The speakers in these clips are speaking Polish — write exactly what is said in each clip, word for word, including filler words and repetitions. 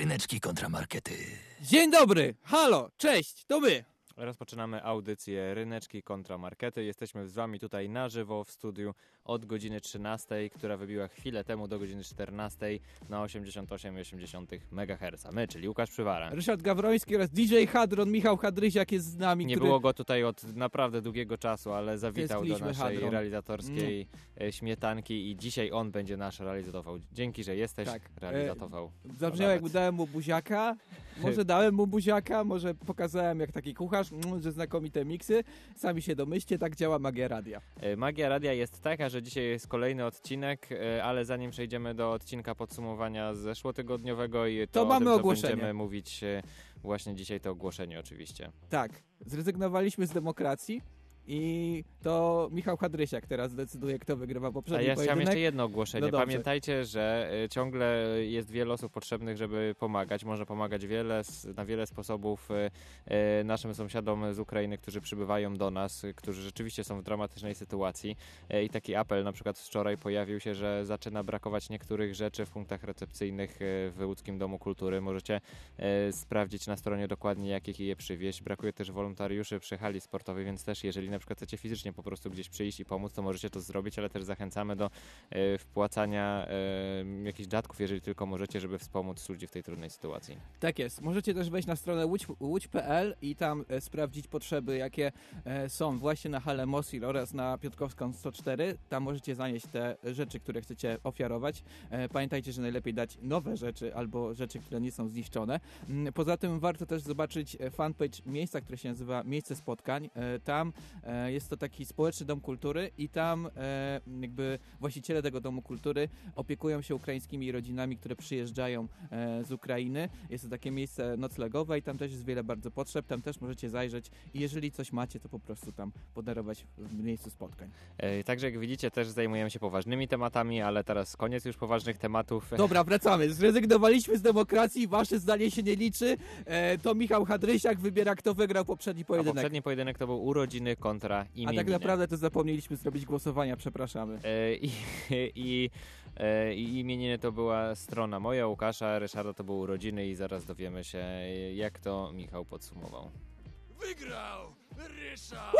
Ryneczki kontramarkety. Dzień dobry, halo, cześć, to my. Rozpoczynamy audycję Ryneczki kontra Markety. Jesteśmy z wami tutaj na żywo w studiu od godziny trzynastej, która wybiła chwilę temu do godziny czternastej na osiemdziesiąt osiem i osiem megaherca. My, czyli Łukasz Przywara. Ryszard Gawroński oraz D J Hadron, Michał Hadrysiak jest z nami. Nie który... było go tutaj od naprawdę długiego czasu, ale zawitał do naszej Hadron. realizatorskiej mm. śmietanki i dzisiaj on będzie nasz realizował. Dzięki, że jesteś, tak. realizował. E, zabrzmiało jakby dałem mu buziaka, może dałem mu buziaka, może pokazałem jak taki kucharz, mm, że znakomite miksy. Sami się domyślcie, tak działa magia radia. E, magia radia jest taka, że dzisiaj jest kolejny odcinek, e, ale zanim przejdziemy do odcinka podsumowania zeszłotygodniowego i to, to mamy o tym, ogłoszenie. co będziemy mówić e, właśnie dzisiaj, to ogłoszenie oczywiście. Tak, zrezygnowaliśmy z demokracji. I to Michał Hadrysiak teraz decyduje, kto wygrywa poprzedni pojedynek. A ja chciałem jeszcze jedno ogłoszenie. No Pamiętajcie, że ciągle jest wiele osób potrzebnych, żeby pomagać. Można pomagać wiele, na wiele sposobów naszym sąsiadom z Ukrainy, którzy przybywają do nas, którzy rzeczywiście są w dramatycznej sytuacji. I taki apel na przykład wczoraj pojawił się, że zaczyna brakować niektórych rzeczy w punktach recepcyjnych w Łódzkim Domu Kultury. Możecie sprawdzić na stronie dokładnie, jakich je przywieźć. Brakuje też wolontariuszy przy hali sportowej, więc też jeżeli na przykład chcecie fizycznie po prostu gdzieś przyjść i pomóc, to możecie to zrobić, ale też zachęcamy do e, wpłacania e, jakichś datków, jeżeli tylko możecie, żeby wspomóc ludzi w tej trudnej sytuacji. Tak jest. Możecie też wejść na stronę łódź kropka p l i tam e, sprawdzić potrzeby, jakie e, są właśnie na halę Mosil oraz na Piotrkowską sto cztery. Tam możecie zanieść te rzeczy, które chcecie ofiarować. E, pamiętajcie, że najlepiej dać nowe rzeczy albo rzeczy, które nie są zniszczone. Mm, poza tym warto też zobaczyć fanpage miejsca, które się nazywa Miejsce Spotkań. E, tam e, jest to taki społeczny dom kultury i tam e, jakby właściciele tego domu kultury opiekują się ukraińskimi rodzinami, które przyjeżdżają e, z Ukrainy. Jest to takie miejsce noclegowe i tam też jest wiele bardzo potrzeb, tam też możecie zajrzeć i jeżeli coś macie, to po prostu tam podarować w miejscu spotkań. E, także jak widzicie, też zajmujemy się poważnymi tematami, ale teraz koniec już poważnych tematów. Dobra, wracamy. Zrezygnowaliśmy z demokracji, wasze zdanie się nie liczy. E, to Michał Hadrysiak wybiera, kto wygrał poprzedni pojedynek. A poprzedni pojedynek to był urodziny kontra imieniny. A tak naprawdę to zapomnieliśmy zrobić głosowania, przepraszamy. E, i, i, e, I imieniny to była strona moja, Łukasza, Ryszarda to były urodziny i zaraz dowiemy się, jak to Michał podsumował. Wygrał Ryszard!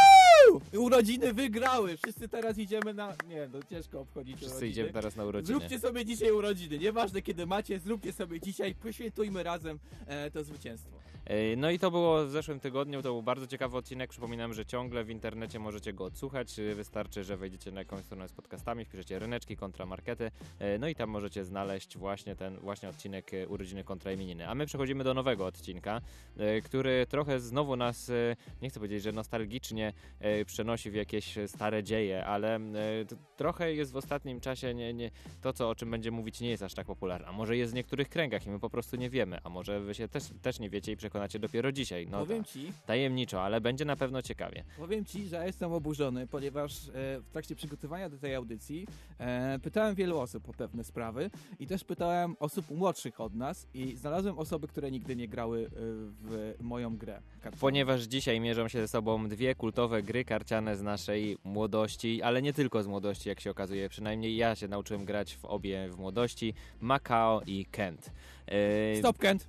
Woo! Urodziny wygrały! Wszyscy teraz idziemy na... Nie, no ciężko obchodzić Wszyscy urodziny. idziemy teraz na urodziny. Zróbcie sobie dzisiaj urodziny. Nieważne kiedy macie, zróbcie sobie dzisiaj. Poświętujmy razem e, to zwycięstwo. No i to było w zeszłym tygodniu, to był bardzo ciekawy odcinek. Przypominam, że ciągle w internecie możecie go odsłuchać. Wystarczy, że wejdziecie na jakąś stronę z podcastami, wpiszecie Ryneczki kontra Markety, no i tam możecie znaleźć właśnie ten właśnie odcinek Urodziny kontra imieniny. A my przechodzimy do nowego odcinka, który trochę znowu nas, nie chcę powiedzieć, że nostalgicznie przenosi w jakieś stare dzieje, ale trochę jest w ostatnim czasie nie, nie, to, co, o czym będziemy mówić, nie jest aż tak popularne. A może jest w niektórych kręgach i my po prostu nie wiemy, a może wy się też, też nie wiecie i przekonacie dopiero dzisiaj. No Powiem ta, ci, tajemniczo, ale będzie na pewno ciekawie. Powiem ci, że jestem oburzony, ponieważ e, w trakcie przygotowania do tej audycji e, pytałem wielu osób o pewne sprawy i też pytałem osób młodszych od nas i znalazłem osoby, które nigdy nie grały e, w moją grę karcianą. Ponieważ dzisiaj mierzą się ze sobą dwie kultowe gry karciane z naszej młodości, ale nie tylko z młodości, jak się okazuje. Przynajmniej ja się nauczyłem grać w obie w młodości. Macao i Kent. E, Stop, Kent!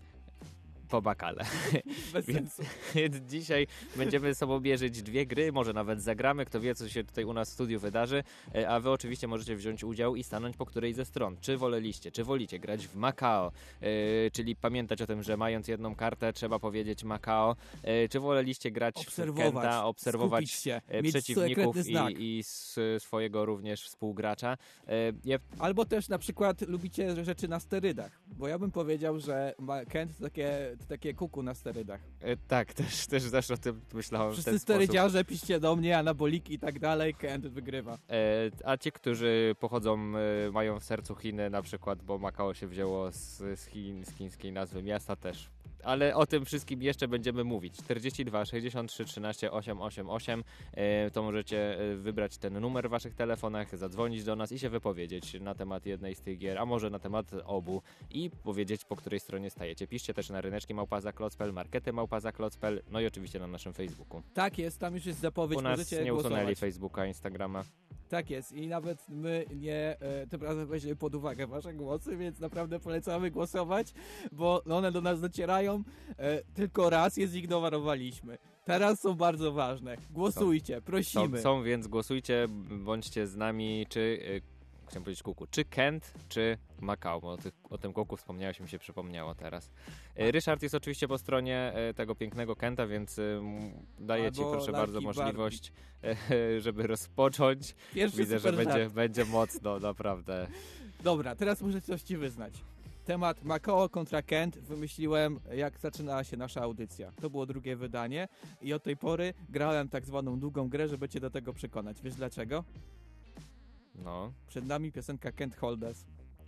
Po bakale. Bez więc, sensu. więc dzisiaj będziemy z sobą mierzyć dwie gry, może nawet zagramy, kto wie, co się tutaj u nas w studiu wydarzy, a wy oczywiście możecie wziąć udział i stanąć po której ze stron. Czy woleliście, czy wolicie grać w Macao, yy, czyli pamiętać o tym, że mając jedną kartę trzeba powiedzieć Macao, yy, czy woleliście grać obserwować, w Kenta, obserwować się, przeciwników i, i swojego również współgracza. Yy, je... Albo też na przykład lubicie rzeczy na sterydach, bo ja bym powiedział, że Kent to takie To takie kuku na sterydach. E, tak, też, też zawsze o tym myślałem. Wszyscy sterydziarze, piszcie do mnie, anaboliki i tak dalej, Kent wygrywa. E, a ci, którzy pochodzą, e, mają w sercu Chiny na przykład, bo Macao się wzięło z, z, Chin, z chińskiej nazwy miasta też. Ale o tym wszystkim jeszcze będziemy mówić. czterdzieści dwa sześćdziesiąt trzy trzynaście osiemset osiemdziesiąt osiem e, to możecie wybrać ten numer w waszych telefonach, zadzwonić do nas i się wypowiedzieć na temat jednej z tych gier, a może na temat obu i powiedzieć, po której stronie stajecie. Piszcie też na ryneczki małpa zaklot kropka p l, markety małpa zaklot kropka p l, no i oczywiście na naszym Facebooku. Tak jest, tam już jest zapowiedź. U nas możecie nie usunęli głosować. Facebooka, Instagrama. Tak jest i nawet my nie e, tym razem weźmiemy pod uwagę wasze głosy, więc naprawdę polecamy głosować, bo one do nas docierają. E, tylko raz je zignorowaliśmy. Teraz są bardzo ważne. Głosujcie, prosimy. Są, są, więc głosujcie, bądźcie z nami, czy... Y, chciałem powiedzieć kuku, czy Kent, czy Macau, bo o, tych, o tym kuku wspomniałeś, mi się przypomniało teraz. Y, Ryszard jest oczywiście po stronie y, tego pięknego Kenta, więc y, daję ci Albo proszę Lucky bardzo możliwość, y, żeby rozpocząć. Pierwszy Widzę, że super będzie, żart. będzie mocno, naprawdę. Dobra, teraz muszę coś ci wyznać. Temat Macau kontra Kent wymyśliłem, jak zaczynała się nasza audycja. To było drugie wydanie i od tej pory grałem tak zwaną długą grę, żeby cię do tego przekonać. Wiesz dlaczego? No. Przed nami piosenka Kent Holders.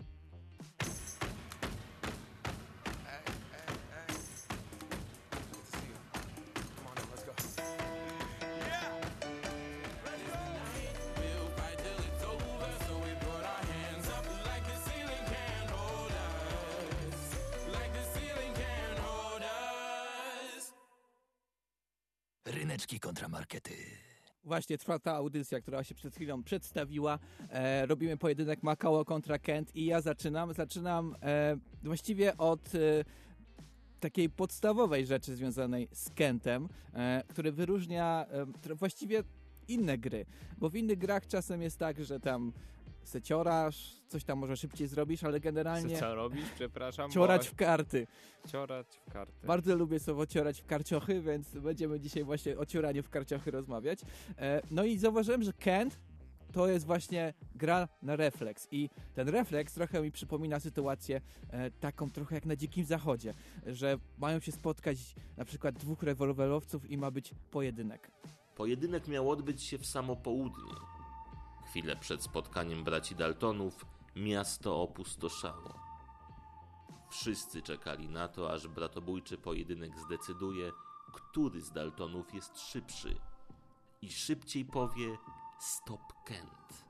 Ryneczki kontra markety. Właśnie trwa ta audycja, która się przed chwilą przedstawiła. E, robimy pojedynek Macau kontra Kent i ja zaczynam. Zaczynam e, właściwie od e, takiej podstawowej rzeczy związanej z Kentem, e, który wyróżnia e, właściwie inne gry. Bo w innych grach czasem jest tak, że tam se ciorasz, coś tam może szybciej zrobisz, ale generalnie... Co robisz? Przepraszam. Ciorać w karty. Ciorać w karty. Bardzo lubię słowo ciorać w karciochy, więc będziemy dzisiaj właśnie o cioraniu w karciochy rozmawiać. E, no i zauważyłem, że Kent to jest właśnie gra na refleks i ten refleks trochę mi przypomina sytuację e, taką trochę jak na Dzikim Zachodzie, że mają się spotkać na przykład dwóch rewolwerowców i ma być pojedynek. Pojedynek miał odbyć się w samo południe. Chwilę przed spotkaniem braci Daltonów miasto opustoszało. Wszyscy czekali na to, aż bratobójczy pojedynek zdecyduje, który z Daltonów jest szybszy. I szybciej powie stop Kent.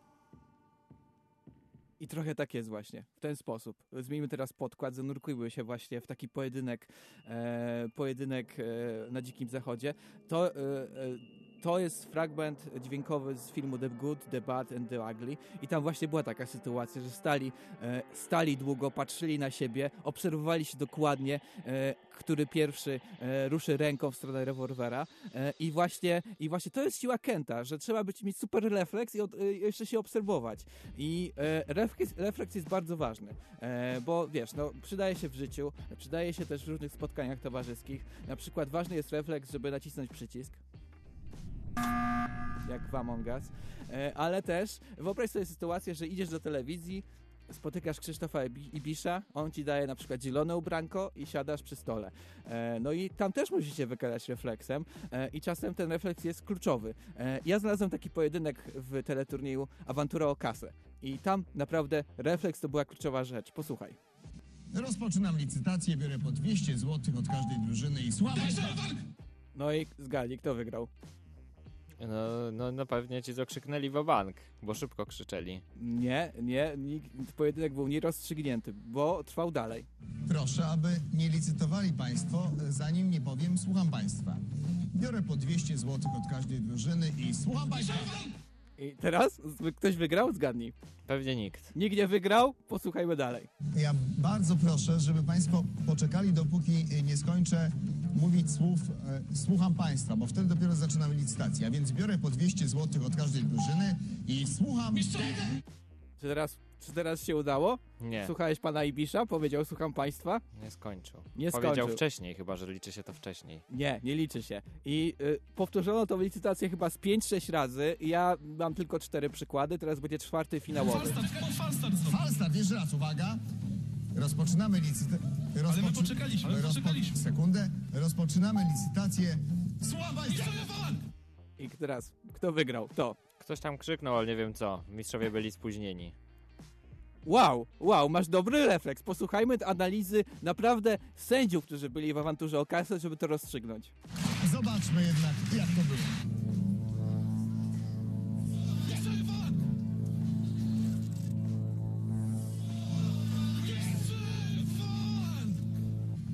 I trochę tak jest właśnie, w ten sposób. Zmieńmy teraz podkład, zanurkujmy się właśnie w taki pojedynek, e, pojedynek e, na Dzikim Zachodzie. To, e, e, to jest fragment dźwiękowy z filmu The Good, The Bad and The Ugly i tam właśnie była taka sytuacja, że stali, e, stali długo, patrzyli na siebie, obserwowali się dokładnie, e, który pierwszy e, ruszy ręką w stronę rewolwera e, i, właśnie, i właśnie to jest siła Kenta, że trzeba być, mieć super refleks i od, e, jeszcze się obserwować. I e, refleks, refleks jest bardzo ważny, e, bo wiesz, no, przydaje się w życiu, przydaje się też w różnych spotkaniach towarzyskich. Na przykład ważny jest refleks, żeby nacisnąć przycisk, jak w Among Us, e, ale też wyobraź sobie sytuację, że idziesz do telewizji, spotykasz Krzysztofa Ibisza, on ci daje na przykład zielone ubranko i siadasz przy stole. E, no i tam też musicie wykazać refleksem e, i czasem ten refleks jest kluczowy. E, ja znalazłem taki pojedynek w teleturnieju Awantura o kasę i tam naprawdę refleks to była kluczowa rzecz. Posłuchaj. Rozpoczynam licytację, biorę po dwieście złotych od każdej drużyny i słabo. No i zgadnij, kto wygrał. No, no, no pewnie ci zakrzyknęli wabank, bo szybko krzyczeli. Nie, nie, nikt, pojedynek był nierozstrzygnięty, bo trwał dalej. Proszę, aby nie licytowali państwo, zanim nie powiem słucham państwa. Biorę po dwieście złotych od każdej drużyny i słucham państwa. I teraz ktoś wygrał? Zgadnij. Pewnie nikt. Nikt nie wygrał? Posłuchajmy dalej. Ja bardzo proszę, żeby państwo poczekali, dopóki nie skończę mówić słów e, słucham państwa, bo wtedy dopiero zaczynamy licytację. A więc biorę po dwieście złotych od każdej drużyny i słucham... Czy teraz, czy teraz się udało? Nie, Słuchałeś pana Ibisza? Powiedział, słucham państwa? nie skończył. Nie Powiedział skończył. wcześniej, chyba że liczy się to wcześniej. Nie, nie liczy się. I y, powtórzono tą licytację chyba z pięć sześć razy. Ja mam tylko cztery przykłady, teraz będzie czwarty finałowy. Falstart, jeszcze raz, uwaga. Rozpoczynamy licytację. Rozpoczy... Ale my poczekaliśmy, ale Rozpo... poczekaliśmy. Sekundę. Rozpoczynamy licytację. Słucham państwa. I teraz, kto wygrał? To. Ktoś tam krzyknął, ale nie wiem co. Mistrzowie byli spóźnieni. Wow, wow, masz dobry refleks. Posłuchajmy analizy naprawdę sędziów, którzy byli w awanturze o kasę, żeby to rozstrzygnąć. Zobaczmy jednak, jak to było.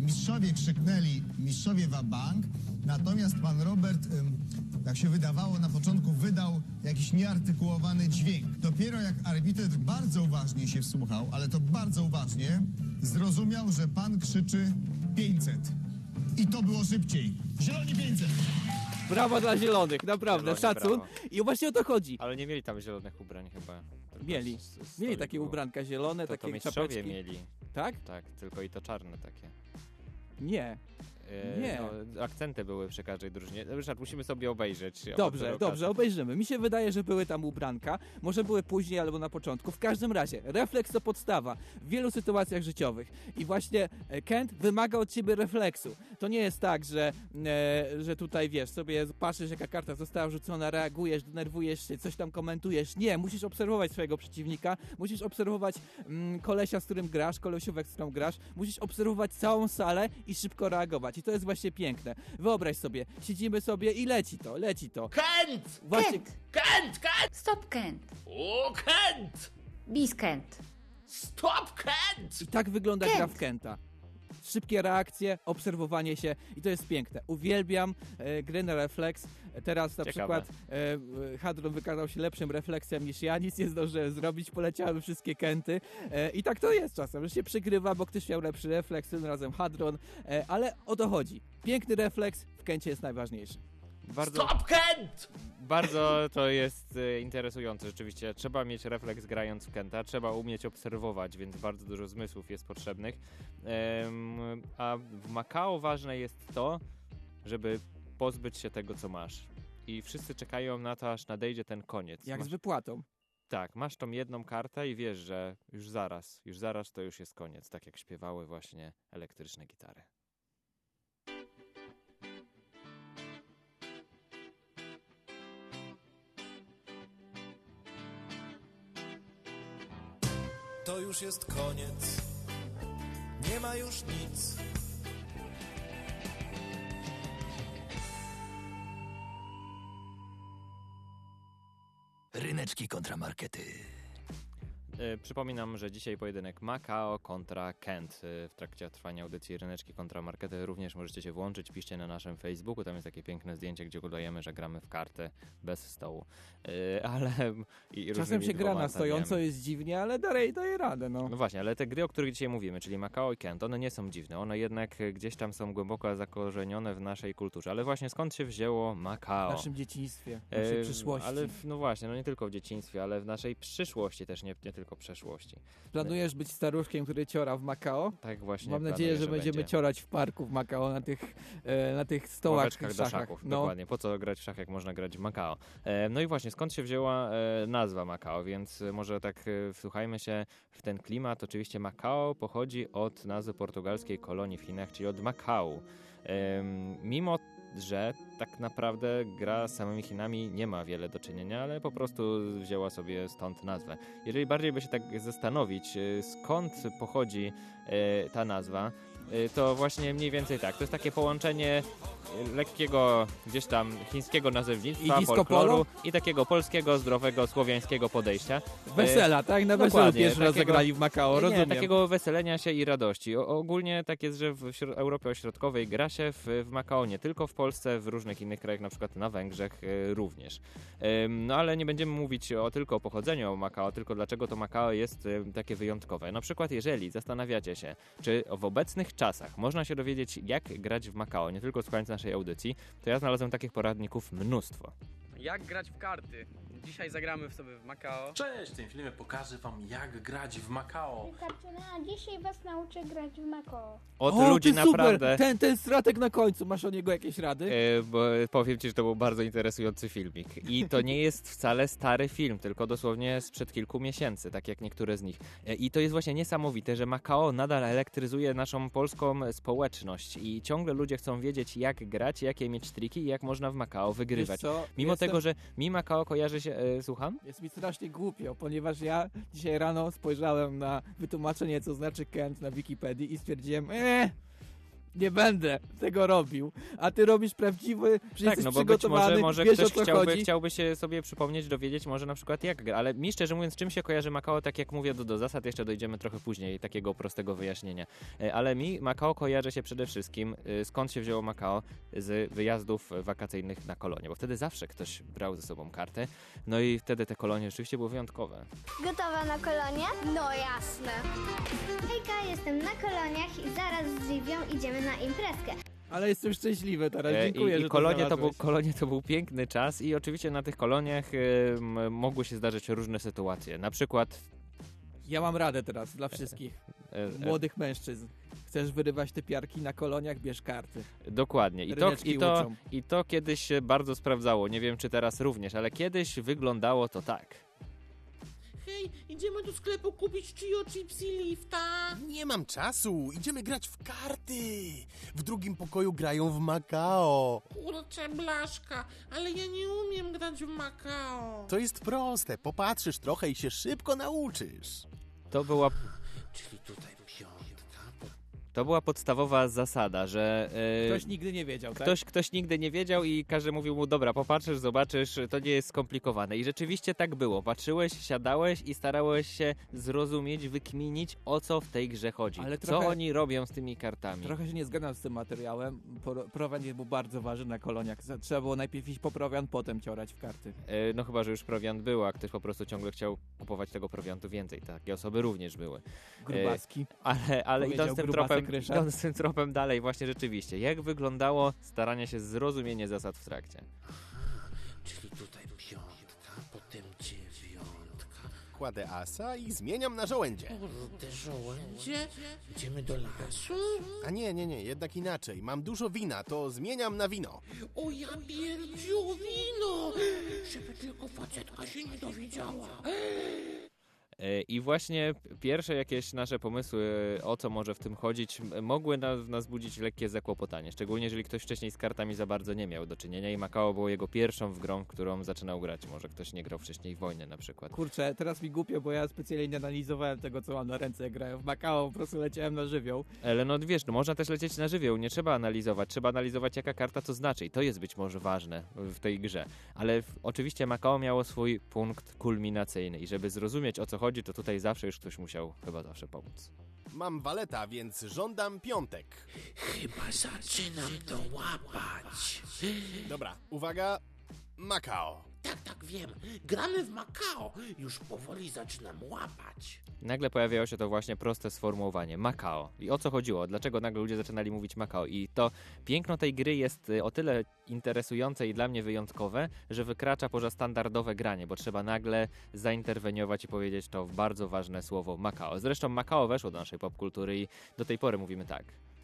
mistrzowie krzyknęli, mistrzowie wa-bank, natomiast pan Robert, ym, jak się wydawało na początku, wydał jakiś nieartykułowany dźwięk. Dopiero jak arbitr bardzo uważnie się wsłuchał, ale to bardzo uważnie, zrozumiał, że pan krzyczy pięćset. I to było szybciej. Zieloni pięćset! Brawa dla zielonych, naprawdę, Zieloni, szacun. brawo. I właśnie o to chodzi. Ale nie mieli tam zielonych ubrań chyba. Tylko Mieli. z- z- z Mieli stoliku. takie ubranka zielone, To, to takie mistrzowie czapeczki. mieli. Tak? Tak, tylko i to czarne takie. Nie. E, Nie. No, akcenty były przy każdej drużynie. Ryszard, musimy sobie obejrzeć. Dobrze, obok dobrze, okazji. obejrzymy. Mi się wydaje, że były tam ubranka. Może były później albo na początku. W każdym razie, refleks to podstawa w wielu sytuacjach życiowych. I właśnie e, Kent wymaga od ciebie refleksu. To nie jest tak, że, e, że tutaj wiesz, sobie patrzysz, jaka karta została rzucona, reagujesz, denerwujesz się, coś tam komentujesz. Nie, musisz obserwować swojego przeciwnika, musisz obserwować mm, kolesia, z którym grasz, kolesiówek, z którą grasz, musisz obserwować całą salę i szybko reagować. I to jest właśnie piękne. Wyobraź sobie, siedzimy sobie i leci to, leci to. Kent! Właśnie, Kent! Kent! Kent! Stop Kent! O, Kent! Bis Kent! Stop, Kent! I tak wygląda Kent. gra w Kenta. Szybkie reakcje, obserwowanie się i to jest piękne. Uwielbiam e, gry na refleks. E, Teraz na Ciekawe. przykład e, e, Hadron wykazał się lepszym refleksem niż ja. Nic nie zdążyłem zrobić, poleciały wszystkie Kenty. E, I tak to jest czasem, że się przygrywa, bo ktoś miał lepszy refleks, tym razem Hadron. E, ale o to chodzi. Piękny refleks w Kencie jest najważniejszy. Bardzo, Stop, Kent! bardzo to jest e, interesujące rzeczywiście. Trzeba mieć refleks grając w Kenta, trzeba umieć obserwować, więc bardzo dużo zmysłów jest potrzebnych. Em, a w Makao ważne jest to, żeby pozbyć się tego, co masz. I wszyscy czekają na to, aż nadejdzie ten koniec. Jak Masz, z wypłatą. tak, masz tą jedną kartę i wiesz, że już zaraz, już zaraz to już jest koniec. Tak jak śpiewały właśnie elektryczne gitary. To już jest koniec, nie ma już nic. Ryneczki kontramarkety. E, Przypominam, że dzisiaj pojedynek Makao kontra Kent. E, W trakcie trwania audycji Ryneczki kontra Markety również możecie się włączyć. Piszcie na naszym Facebooku. Tam jest takie piękne zdjęcie, gdzie udajemy, że gramy w karty bez stołu. E, Ale i Czasem różnymi się gra na dwoma stojąco, stadiami. jest dziwnie, ale dalej daje radę, no. No właśnie, ale te gry, o których dzisiaj mówimy, czyli Makao i Kent, one nie są dziwne. One jednak e, gdzieś tam są głęboko zakorzenione w naszej kulturze. Ale właśnie skąd się wzięło W Makao? naszym dzieciństwie, w naszej E, przyszłości. Ale w, no właśnie, no nie tylko w dzieciństwie, ale w naszej przyszłości też, nie, nie tylko przeszłości. Planujesz być staruszkiem, który ciora w Makao? Tak właśnie Mam planuję, nadzieję, że, że będziemy będzie. ciorać w parku w Makao na tych, e, na tych stołach, Ławeczkach w do szachach. szachów, No. dokładnie. Po co grać w szach, jak można grać w Makao? E, no i właśnie, skąd się wzięła e, nazwa Makao? Więc e, może tak e, wsłuchajmy się w ten klimat. Oczywiście Makao pochodzi od nazwy portugalskiej kolonii w Chinach, czyli od Macau. E, mimo że tak naprawdę gra z samymi Chinami nie ma wiele do czynienia, ale po prostu wzięła sobie stąd nazwę. Jeżeli bardziej by się tak zastanowić, e, skąd pochodzi e, ta nazwa, e, to właśnie mniej więcej tak. To jest takie połączenie e, lekkiego gdzieś tam chińskiego nazewnictwa, I disco folkloru polo? i takiego polskiego, zdrowego, słowiańskiego podejścia. Wesela, tak? Na weselu dokładnie, pierwszy raz takiego- zagrali w Makao, Nie, rozumiem. takiego weselenia się i radości. O, ogólnie tak jest, że w śro- Europie Ośrodkowej gra się w, w Makao nie tylko w Polsce, w różnych innych krajach, na przykład na Węgrzech e, również. Ym, no ale nie będziemy mówić o, tylko o pochodzeniu Makao, tylko dlaczego to Makao jest e, takie wyjątkowe. Na przykład jeżeli zastanawiacie się, czy w obecnych czasach można się dowiedzieć, jak grać w Makao, nie tylko słuchając naszej audycji, to ja znalazłem takich poradników mnóstwo. Jak grać w karty? Dzisiaj zagramy w sobie w Makao. Cześć, w tym filmie pokażę wam jak grać w Makao. Katarzyna, dzisiaj was nauczę grać w Makao. Od O, ludzi ty super! naprawdę... Ten, ten stratek na końcu, masz o niego jakieś rady? E, bo powiem ci, że to był bardzo interesujący filmik. I to nie jest wcale stary film, tylko dosłownie sprzed kilku miesięcy, tak jak niektóre z nich. E, I to jest właśnie niesamowite, że Makao nadal elektryzuje naszą polską społeczność i ciągle ludzie chcą wiedzieć, jak grać, jakie mieć triki i jak można w Makao Wiesz wygrywać. co? Mimo Jestem- tego, że mi Makao kojarzy się... E, słucham? Jest mi strasznie głupio, ponieważ ja dzisiaj rano spojrzałem na wytłumaczenie, co znaczy Kent na Wikipedii i stwierdziłem, eee, nie będę tego robił, a ty robisz prawdziwy, że Tak, jesteś no bo być przygotowany, może, może wiesz ktoś o co chciałby, chodzi. chciałby się sobie przypomnieć, dowiedzieć może na przykład jak gra, ale mi szczerze mówiąc, czym się kojarzy Makao, tak jak mówię, do, do zasad jeszcze dojdziemy trochę później, takiego prostego wyjaśnienia. E, Ale mi Makao kojarzy się przede wszystkim, e, skąd się wzięło Makao, z wyjazdów wakacyjnych na kolonie, bo wtedy zawsze ktoś brał ze sobą kartę, no i wtedy te kolonie rzeczywiście były wyjątkowe. Gotowa na kolonie? No jasne. Hejka, jestem na koloniach i zaraz z Livią idziemy na imprezkę. Ale jestem szczęśliwy teraz, E, dziękuję, I, że i kolonie, to był, znalazłeś. kolonie to był piękny czas i oczywiście na tych koloniach e, m, mogły się zdarzyć różne sytuacje, na przykład Ja mam radę teraz dla wszystkich e, e, młodych mężczyzn. Chcesz wyrywać te piarki na koloniach, bierz karty. Dokładnie. I to, Ryneczki i, to, uczą. I to kiedyś się bardzo sprawdzało. Nie wiem, czy teraz również, ale kiedyś wyglądało to tak. Hej, idziemy do sklepu kupić Chio Chips i lifta. Nie mam czasu, idziemy grać w karty. W drugim pokoju grają w Makao. Kurczę, blaszka, ale ja nie umiem grać w Makao. To jest proste, popatrzysz trochę i się szybko nauczysz. To była, Czyli tutaj piątka. to była podstawowa zasada, że e, Ktoś nigdy nie wiedział, tak? ktoś, ktoś nigdy nie wiedział i każdy mówił mu, dobra, popatrzysz, zobaczysz, to nie jest skomplikowane. I rzeczywiście tak było. Patrzyłeś, siadałeś i starałeś się zrozumieć, wykminić, o co w tej grze chodzi. Ale co trochę- oni robią z tymi kartami. Trochę się nie zgadzam z tym materiałem. Pro- Prowiant był bardzo ważny na koloniach. Za- Trzeba było najpierw iść po prowiant, potem ciorać w karty. E, No chyba, że już prowiant był, a ktoś po prostu ciągle chciał kupować tego prowiantu więcej. Takie osoby również były. Grubaski. Ale, ale Powiedział idąc tym, grubasek tropem, Ryszard. idąc tym tropem dalej, właśnie rzeczywiście, jak wyglądało staranie się zrozumienie zasad w trakcie? Czyli tutaj piątka, potem dziewiątka. Kładę asa i zmieniam na żołędzie. Kurde, żołędzie? Idziemy do lasu? A nie, nie, nie, jednak inaczej. Mam dużo wina, to zmieniam na wino. O ja pierdziu wino! Żeby tylko facetka się nie dowiedziała. E, I właśnie pierwsze jakieś nasze pomysły, o co może w tym chodzić, m- mogły nas, nas budzić lekkie zakłopotanie. Szczególnie, jeżeli ktoś wcześniej z kartami za bardzo nie miał do czynienia i Makao było jego pierwszą w grą, którą zaczynał grać. Może ktoś nie grał wcześniej w wojnę na przykład. Kurczę, teraz mi głupio, bo ja specjalnie nie analizowałem tego, co mam na ręce, jak grają w Makao, po prostu leciałem na żywioł. Ale no wiesz, no można też lecieć na żywioł, nie trzeba analizować, trzeba analizować jaka karta to znaczy i to jest być może ważne w tej grze. Ale w, oczywiście Makao miało swój punkt kulminacyjny i żeby zrozumieć o co chodzi, to tutaj zawsze już ktoś musiał chyba zawsze pomóc. Mam waleta, więc żądam piątek. Chyba zaczynam to łapać. Dobra, uwaga, Makao. Tak, tak, wiem. Gramy w Makao. Już powoli zaczynam łapać. Nagle pojawiało się to właśnie proste sformułowanie Makao. I o co chodziło? Dlaczego nagle ludzie zaczynali mówić Makao? I to piękno tej gry jest y, o tyle interesujące i dla mnie wyjątkowe, że wykracza poza standardowe granie, bo trzeba nagle zainterweniować i powiedzieć to bardzo ważne słowo Makao. Zresztą Makao weszło do naszej popkultury i do tej pory mówimy tak.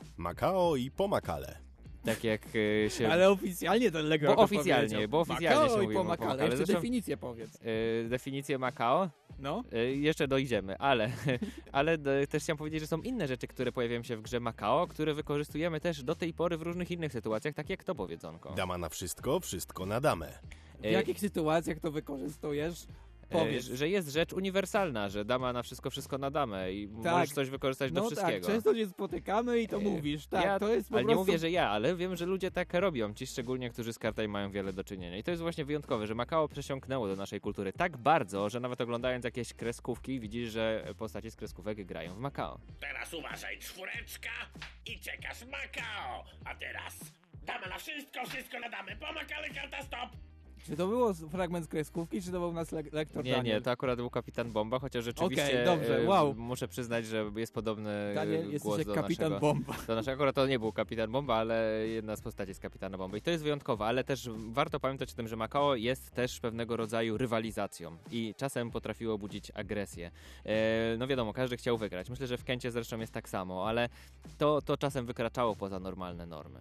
Makao i pomakale. Tak jak y, się... Ale oficjalnie ten Lego Bo to oficjalnie, powiedział. bo oficjalnie Makao się i mówiło po po Makale. Makale. Jeszcze Zresztą- definicję powiedz. y, definicję Makao No. Y, Jeszcze dojdziemy, ale, ale d- też chciałem powiedzieć, że są inne rzeczy, które pojawiają się w grze Makao, które wykorzystujemy też do tej pory w różnych innych sytuacjach, tak jak to powiedzonko. Dama na wszystko, wszystko na damę. W jakich sytuacjach to wykorzystujesz? E, Powiedz. że jest rzecz uniwersalna, że dama na wszystko, wszystko na damę i Tak. możesz coś wykorzystać do No wszystkiego. tak, często się spotykamy i to E, mówisz. Tak, ja, to jest po ale prostu... nie mówię, że ja, ale wiem, że ludzie tak robią, ci szczególnie, którzy z kartami mają wiele do czynienia. I to jest właśnie wyjątkowe, że Makao przesiąknęło do naszej kultury tak bardzo, że nawet oglądając jakieś kreskówki widzisz, że postacie z kreskówek grają w Makao. Teraz uważaj, czwóreczka i czekasz Makao. A teraz dama na wszystko, wszystko na damę. Pomakale, karta stop. Czy to było fragment z kreskówki, czy to był nas le lektor Nie, Daniel? nie, to akurat był Kapitan Bomba, chociaż rzeczywiście Okej, dobrze, e, wow. muszę przyznać, że jest podobny e, Daniel, jesteś głos jak do Kapitan naszego, Bomba. do naszego. Akurat to nie był Kapitan Bomba, ale jedna z postaci z Kapitana Bomby. I to jest wyjątkowe, ale też warto pamiętać o tym, że Makao jest też pewnego rodzaju rywalizacją i czasem potrafiło budzić agresję. E, no wiadomo, każdy chciał wygrać. Myślę, że w Kencie zresztą jest tak samo, ale to, to czasem wykraczało poza normalne normy.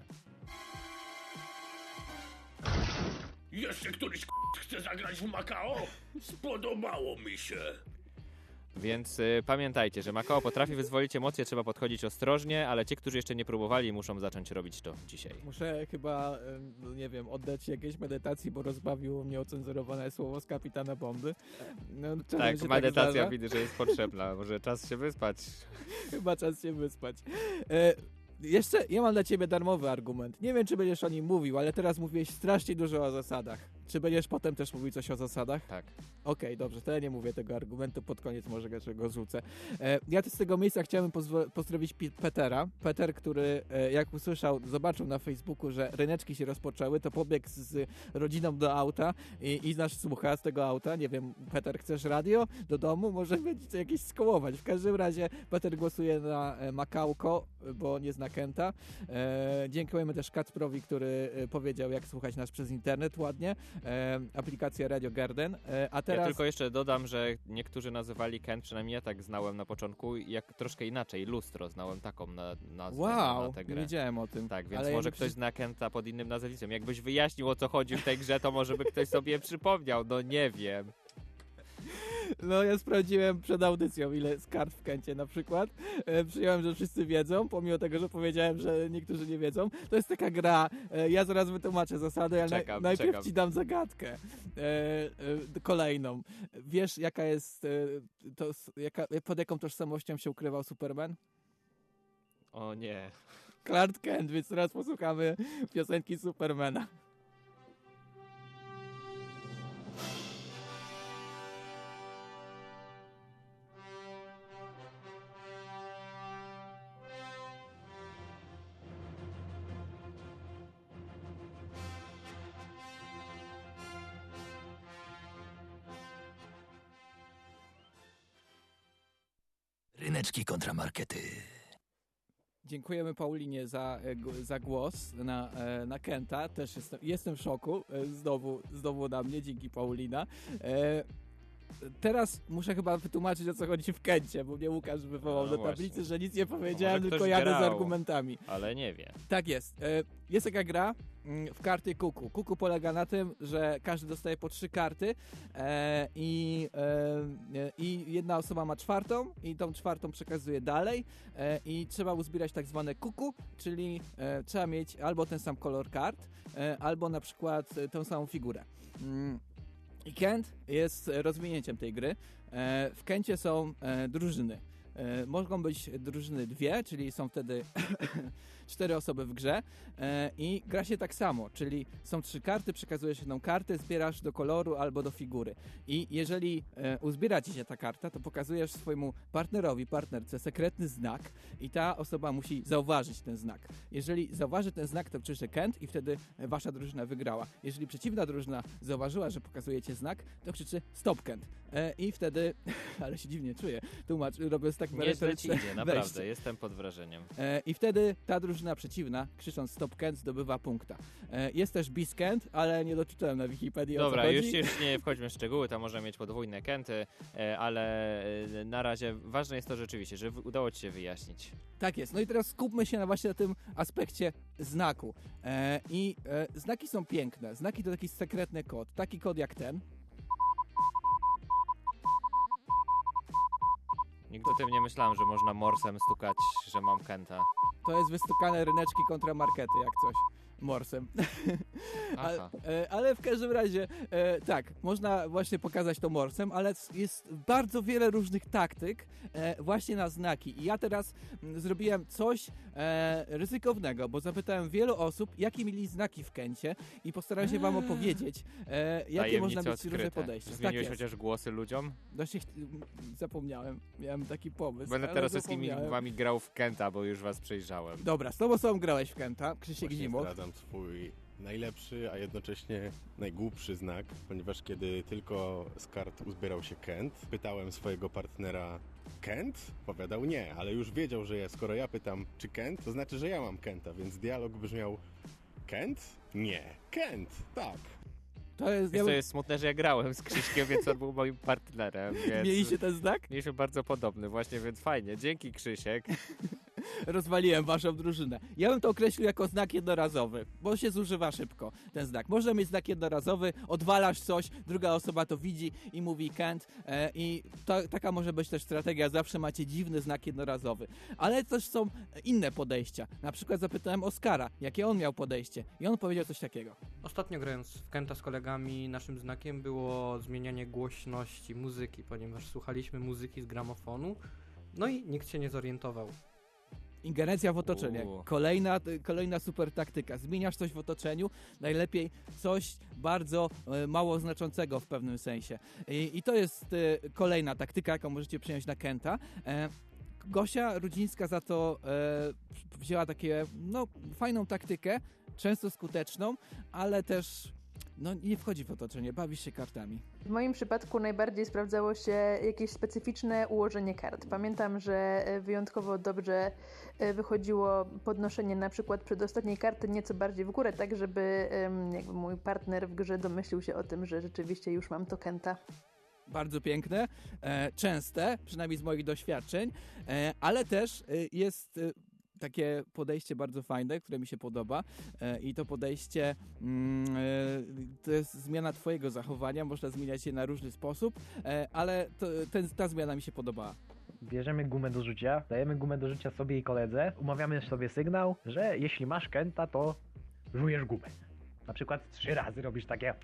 Jeszcze któryś k*** chce zagrać w Makao? Spodobało mi się. Więc y, pamiętajcie, że Makao potrafi wyzwolić emocje, trzeba podchodzić ostrożnie, ale ci, którzy jeszcze nie próbowali, muszą zacząć robić to dzisiaj. Muszę chyba, em, no nie wiem, oddać się jakiejś medytacji, bo rozbawiło mnie ocenzurowane słowo z Kapitana Bomby. No, czasem Tak, się medytacja zdarza. widzę, że jest potrzebna, może czas się wyspać. Chyba czas się wyspać. E, jeszcze ja mam dla ciebie darmowy argument. Nie wiem, czy będziesz o nim mówił, ale teraz mówiłeś strasznie dużo o zasadach. Czy będziesz potem też mówił coś o zasadach? Tak. Okej, okay, dobrze, to ja nie mówię tego argumentu, pod koniec może go rzucę. E, ja też z tego miejsca chciałem pozwo- pozdrowić P- Petera. Peter, który e, jak usłyszał, zobaczył na Facebooku, że ryneczki się rozpoczęły, to pobiegł z, z rodziną do auta i, i nas słucha z tego auta. Nie wiem, Peter, chcesz radio do domu? Może będziecie jakieś skołować. W każdym razie Peter głosuje na e, Makałko, bo nie zna Kenta. E, dziękujemy też Kacprowi, który e, powiedział, jak słuchać nas przez internet ładnie. E, aplikacja Radio Garden. E, a teraz... Ja tylko jeszcze dodam, że niektórzy nazywali Kent, przynajmniej ja tak znałem na początku, jak troszkę inaczej, Lustro, znałem taką na, nazwę wow, na tę grę. Nie wiedziałem o tym. Tak, więc ale może ja ktoś przy... zna Kenta pod innym nazwiskiem. Jakbyś wyjaśnił, o co chodzi w tej grze, to może by ktoś sobie przypomniał, no nie wiem. No ja sprawdziłem przed audycją, ile jest kart w Kencie na przykład. E, przyjąłem, że wszyscy wiedzą, pomimo tego, że powiedziałem, że niektórzy nie wiedzą. To jest taka gra, e, ja zaraz wytłumaczę zasady, ale czekam, naj, najpierw czekam. ci dam zagadkę e, e, kolejną. Wiesz, jaka jest, e, to, jaka, pod jaką tożsamością się ukrywał Superman? O nie. Clark Kent, więc teraz posłuchamy piosenki Supermana. Ryneczki kontramarkety. Dziękujemy Paulinie za, za głos na, na Kenta. Też jestem, jestem w szoku. Znowu, znowu na mnie. Dzięki, Paulina. E, teraz muszę chyba wytłumaczyć, o co chodzi w Kencie, bo mnie Łukasz wywołał no do tablicy, właśnie. że nic nie powiedziałem, Może tylko ktoś jadę grał, z argumentami. Ale nie wie. Tak jest. E, jest taka gra w karty kuku. Kuku polega na tym, że każdy dostaje po trzy karty e, i, e, i jedna osoba ma czwartą i tą czwartą przekazuje dalej e, i trzeba uzbierać tak zwane kuku, czyli e, trzeba mieć albo ten sam kolor kart, e, albo na przykład e, tą samą figurę. Mm. I Kent jest rozwinięciem tej gry. E, w Kencie są e, drużyny. E, mogą być drużyny dwie, czyli są wtedy cztery osoby w grze e, i gra się tak samo, czyli są trzy karty, przekazujesz jedną kartę, zbierasz do koloru albo do figury. I jeżeli e, uzbiera ci się ta karta, to pokazujesz swojemu partnerowi, partnerce sekretny znak i ta osoba musi zauważyć ten znak. Jeżeli zauważy ten znak, to krzyczy Kent i wtedy wasza drużyna wygrała. Jeżeli przeciwna drużyna zauważyła, że pokazujecie znak, to krzyczy stop Kent. E, I wtedy, ale się dziwnie czuję, tłumacz, robię tak Nieźle ci idzie, naprawdę, wejście. Jestem pod wrażeniem. E, I wtedy ta drużyna przeciwna, krzycząc stop Kent, zdobywa punkta. E, jest też bis Kent, ale nie doczytałem na Wikipedii. Dobra, już, już nie wchodźmy w szczegóły, tam może mieć podwójne Kenty, e, ale e, na razie ważne jest to rzeczywiście, że udało ci się wyjaśnić. Tak jest. No i teraz skupmy się na właśnie na tym aspekcie znaku. E, I e, znaki są piękne. Znaki to taki sekretny kod. Taki kod jak ten. Nigdy o tym nie myślałem, że można morsem stukać, że mam Kenta. To jest wystukane ryneczki kontra markety, jak coś. Morsem. ale, e, ale w każdym razie, e, tak, można właśnie pokazać to morsem, ale jest bardzo wiele różnych taktyk e, właśnie na znaki. I ja teraz m, zrobiłem coś e, ryzykownego, bo zapytałem wielu osób, jakie mieli znaki w Kencie i postarałem się wam opowiedzieć, e, jakie Tajemnice można mieć odkryte. różne podejścia. Zmieniłeś tak chociaż głosy ludziom? Właśnie ch- zapomniałem, miałem taki pomysł. Będę ale teraz ze wszystkimi zapomniałem. wami grał w Kenta, bo już was przejrzałem. Dobra, z tą osobą grałeś w Kenta, Krzysiek Właśnie Zimok. zdradzam swój najlepszy, a jednocześnie najgłupszy znak, ponieważ kiedy tylko z kart uzbierał się Kent, pytałem swojego partnera Kent? Powiadał nie, ale już wiedział, że ja, skoro ja pytam czy Kent, to znaczy, że ja mam Kenta, więc dialog brzmiał Kent? Nie. Kent, tak. To jest, Wiesz, ja to bym... jest smutne, że ja grałem z Krzyśkiem, więc on był moim partnerem. Więc Mieliście ten znak? mieliśmy bardzo podobny właśnie, więc fajnie. Dzięki, Krzysiek. Rozwaliłem waszą drużynę. Ja bym to określił jako znak jednorazowy, bo się zużywa szybko ten znak. Można mieć znak jednorazowy, odwalasz coś, druga osoba to widzi i mówi Kent e, i to, taka może być też strategia, zawsze macie dziwny znak jednorazowy. Ale też są inne podejścia. Na przykład zapytałem Oskara, jakie on miał podejście i on powiedział coś takiego. Ostatnio grając w Kenta z kolegami, naszym znakiem było zmienianie głośności muzyki, ponieważ słuchaliśmy muzyki z gramofonu, no i nikt się nie zorientował. Ingerencja w otoczenie. Uuu. Kolejna, kolejna super taktyka. Zmieniasz coś w otoczeniu, najlepiej coś bardzo e, mało znaczącego w pewnym sensie. I, i to jest e, kolejna taktyka, jaką możecie przyjąć na Kenta. E, Gosia Rudzińska za to e, wzięła takie, no, fajną taktykę, często skuteczną, ale też no, nie wchodzi w otoczenie, bawisz się kartami. W moim przypadku najbardziej sprawdzało się jakieś specyficzne ułożenie kart. Pamiętam, że wyjątkowo dobrze wychodziło podnoszenie na przykład przedostatniej karty nieco bardziej w górę, tak żeby jakby mój partner w grze domyślił się o tym, że rzeczywiście już mam to Kenta. Bardzo piękne, e, częste, przynajmniej z moich doświadczeń, e, ale też e, jest e, takie podejście bardzo fajne, które mi się podoba e, i to podejście mm, e, to jest zmiana twojego zachowania, można zmieniać je na różny sposób, e, ale to, ten, ta zmiana mi się podobała. Bierzemy gumę do rzucia, dajemy gumę do rzucia sobie i koledze, umawiamy sobie sygnał, że jeśli masz Kenta, to żujesz gumę. Na przykład trzy razy robisz takie...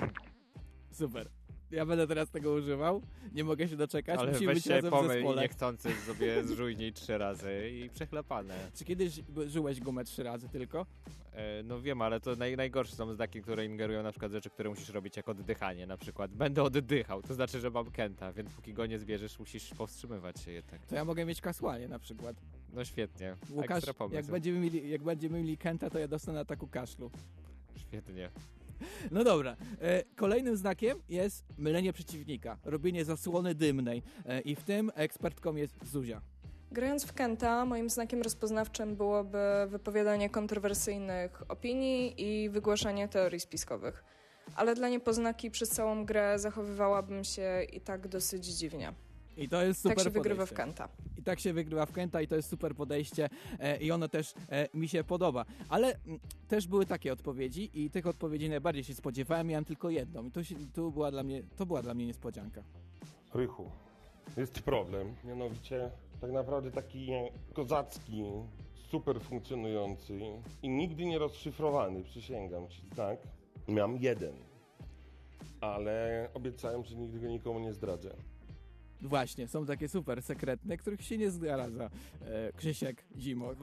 Super. Ja będę teraz tego używał. Nie mogę się doczekać. Ale Musimy weź być się razem w pomyl i zespole. niechcący sobie zrujnij trzy razy i przechlepane. Czy kiedyś żyłeś gumę trzy razy tylko? E, no wiem, ale to naj, najgorsze są znaki, które ingerują na przykład rzeczy, które musisz robić jak oddychanie na przykład. Będę oddychał, to znaczy, że mam Kenta, więc póki go nie zbierzesz, musisz powstrzymywać się jednak. To ja mogę mieć kasłanie na przykład. No świetnie. Łukasz, Ekstra pomysł. jak będziemy, mieli, jak będziemy mieli Kenta, to ja dostanę ataku kaszlu. Świetnie. No dobra. E, kolejnym znakiem jest mylenie przeciwnika. Robienie zasłony dymnej. E, I w tym ekspertką jest Zuzia. Grając w Kenta, moim znakiem rozpoznawczym byłoby wypowiadanie kontrowersyjnych opinii i wygłaszanie teorii spiskowych. Ale dla niepoznaki przez całą grę zachowywałabym się i tak dosyć dziwnie. I to jest super Tak się wygrywa podejście. w Kenta. I tak się wygrywa w Kenta i to jest super podejście e, i ono też e, mi się podoba. Ale m, też były takie odpowiedzi i tych odpowiedzi najbardziej się spodziewałem, miałem tylko jedną i to, się, to, była, dla mnie, to była dla mnie niespodzianka. Rychu, jest problem, mianowicie tak naprawdę taki kozacki, super funkcjonujący i nigdy nie rozszyfrowany, przysięgam ci, tak? Miałem jeden, ale obiecałem, że nigdy go nikomu nie zdradzę. Właśnie, są takie super sekretne, których się nie zdradza e, Krzysiek Zimok.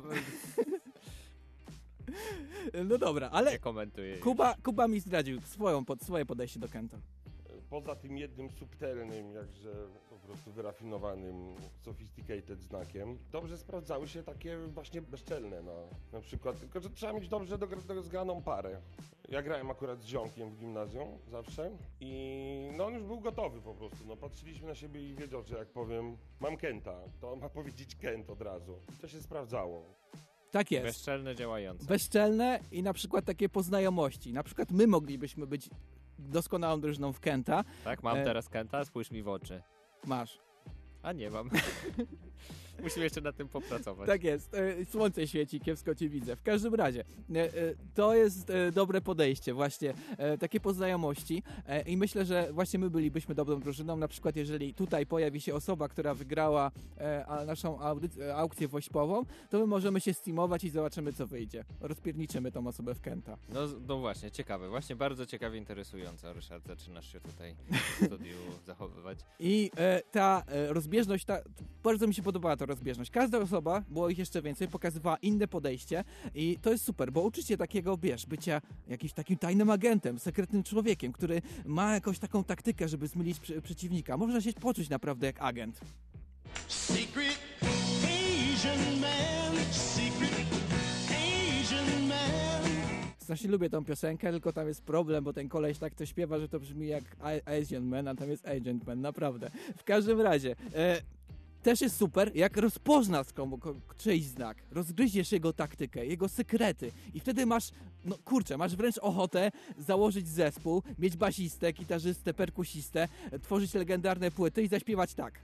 No dobra, ale Nie komentuję. Kuba, Kuba mi zdradził swoją, pod, swoje podejście do Kenta. Poza tym jednym subtelnym, jakże po prostu wyrafinowanym, sophisticated znakiem, dobrze sprawdzały się takie właśnie bezczelne, no. Na przykład, tylko że trzeba mieć dobrze rozgraną parę. Ja grałem akurat z ziomkiem w gimnazjum zawsze i no on już był gotowy po prostu, no patrzyliśmy na siebie i wiedział, że jak powiem mam Kenta, to on ma powiedzieć Kent od razu. To się sprawdzało. Tak jest. Bezczelne, działające. Bezczelne i na przykład takie po znajomości. Na przykład my moglibyśmy być doskonałą drużyną w Kenta. Tak, mam e... teraz Kenta, spójrz mi w oczy. Masz. A nie mam. Musimy jeszcze nad tym popracować. Tak jest. Słońce świeci, kiepsko cię widzę. W każdym razie, to jest dobre podejście, właśnie takie poznajomości i myślę, że właśnie my bylibyśmy dobrą drużyną. Na przykład, jeżeli tutaj pojawi się osoba, która wygrała naszą aukcję wośpową, to my możemy się steamować i zobaczymy, co wyjdzie. Rozpierniczymy tą osobę w Kenta. No, no właśnie, ciekawe. Właśnie bardzo ciekawie interesująco, Ryszard, zaczynasz się tutaj w studiu zachowywać. I e, ta e, rozbieżność, ta, bardzo mi się podobała ta rozbieżność. Każda osoba, było ich jeszcze więcej, pokazywała inne podejście i to jest super, bo uczycie takiego, wiesz, bycia jakimś takim tajnym agentem, sekretnym człowiekiem, który ma jakąś taką taktykę, żeby zmylić przy, przeciwnika. Można się poczuć naprawdę jak agent. Secret Asian man, secret Asian man. Strasznie lubię tą piosenkę, tylko tam jest problem, bo ten koleś tak to śpiewa, że to brzmi jak Asian Man, a tam jest Agent Man, naprawdę. W każdym razie, e, też jest super, jak rozpoznasz komu, czyjś znak, rozgryziesz jego taktykę, jego sekrety i wtedy masz, no kurczę, masz wręcz ochotę założyć zespół, mieć basistę, gitarzystę, perkusistę, tworzyć legendarne płyty i zaśpiewać tak.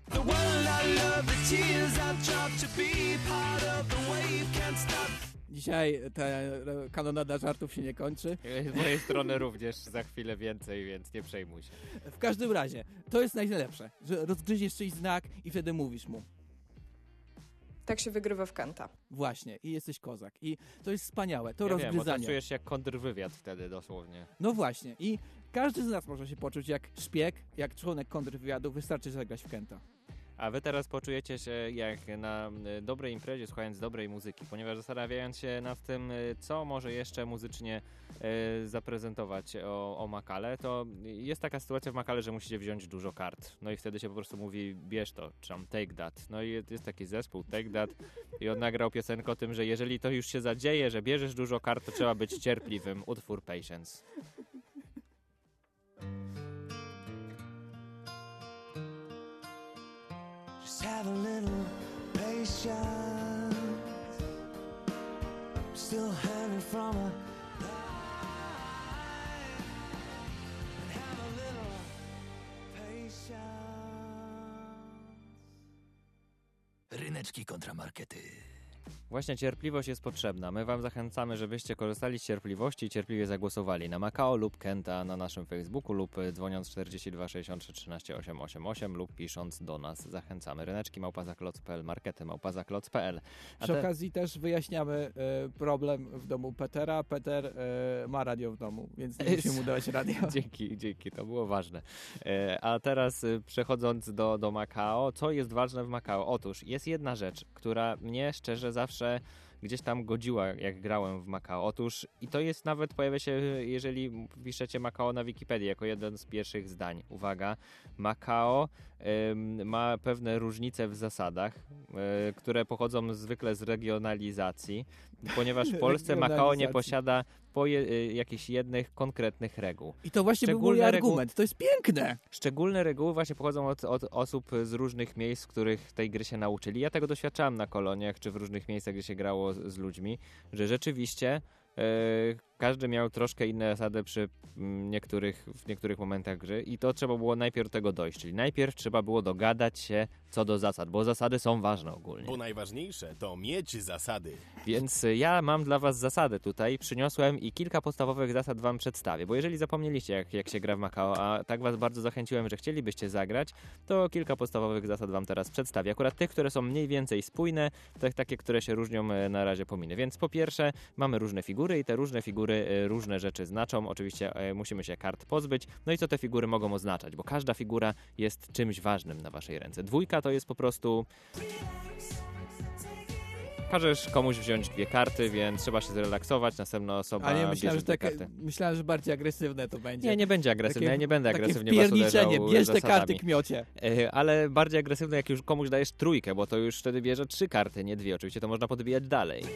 Dzisiaj ta kanonada żartów się nie kończy. Z mojej strony również za chwilę więcej, więc nie przejmuj się. W każdym razie, to jest najlepsze, że rozgryziesz czyjś znak i wtedy mówisz mu. Tak się wygrywa w Kenta. Właśnie, i jesteś kozak. I to jest wspaniałe, to ja rozgryzanie. Wiem, czujesz się jak kontrwywiad wtedy dosłownie. No właśnie, i każdy z nas może się poczuć jak szpieg, jak członek kontrwywiadu, wystarczy zagrać w Kenta. A wy teraz poczujecie się jak na y, dobrej imprezie, słuchając dobrej muzyki, ponieważ zastanawiając się nad tym, y, co może jeszcze muzycznie y, zaprezentować o, o Makale, to jest taka sytuacja w Makale, że musicie wziąć dużo kart. No i wtedy się po prostu mówi, bierz to, czy tam take that. No i jest, jest taki zespół, Take That, i on nagrał piosenkę o tym, że jeżeli to już się zadzieje, że bierzesz dużo kart, to trzeba być cierpliwym. Utwór Patience. Just have a little patience. I'm still hanging from a line. And have a little patience. Ryneczki kontramarkety. Właśnie cierpliwość jest potrzebna. My wam zachęcamy, żebyście korzystali z cierpliwości i cierpliwie zagłosowali na Makao lub Kenta na naszym Facebooku lub dzwoniąc czterdzieści dwa sześćdziesiąt trzy trzynaście osiemset osiemdziesiąt osiem lub pisząc do nas. Zachęcamy. Ryneczki małpa zakloc kropka p l, markety małpa zakloc kropka p l. Przy te... okazji też wyjaśniamy e, problem w domu Petera. Peter e, ma radio w domu, więc nie musimy mu dawać radio. Dzięki, dzięki, to było ważne. E, a teraz e, przechodząc do, do Makao, co jest ważne w Makao? Otóż jest jedna rzecz, która mnie szczerze zawsze gdzieś tam godziła, jak grałem w Makao. Otóż, i to jest nawet, pojawia się, jeżeli piszecie Makao na Wikipedii, jako jeden z pierwszych zdań. Uwaga, Makao ym, ma pewne różnice w zasadach, y, które pochodzą zwykle z regionalizacji, ponieważ w Polsce Makao nie posiada poje, y, jakichś jednych konkretnych reguł. I to właśnie był mój argument, reguły, to jest piękne! Szczególne reguły właśnie pochodzą od, od osób z różnych miejsc, w których tej gry się nauczyli. Ja tego doświadczałem na koloniach, czy w różnych miejscach, gdzie się grało z, z ludźmi, że rzeczywiście yy, każdy miał troszkę inne zasady przy m, niektórych, w niektórych momentach gry i to trzeba było najpierw tego dojść, czyli najpierw trzeba było dogadać się co do zasad, bo zasady są ważne ogólnie. Bo najważniejsze to mieć zasady. Więc ja mam dla was zasady tutaj, przyniosłem i kilka podstawowych zasad wam przedstawię, bo jeżeli zapomnieliście jak, jak się gra w Makao, a tak was bardzo zachęciłem, że chcielibyście zagrać, to kilka podstawowych zasad wam teraz przedstawię. Akurat tych, które są mniej więcej spójne, te, takie, które się różnią, na razie pominę. Więc po pierwsze mamy różne figury i te różne figury różne rzeczy znaczą. Oczywiście musimy się kart pozbyć. No i co te figury mogą oznaczać, bo każda figura jest czymś ważnym na waszej ręce. Dwójka to jest po prostu... Każesz komuś wziąć dwie karty, więc trzeba się zrelaksować, następna osoba A nie, myślałem, bierze że, tak, karty. myślałem, że bardziej agresywne to będzie. Nie, nie będzie agresywne, takie, ja nie będę agresywnie takie was uderzał bierz te zasadami. karty, kmiocie. Ale bardziej agresywne, jak już komuś dajesz trójkę, bo to już wtedy bierze trzy karty, nie dwie. Oczywiście to można podbijać dalej.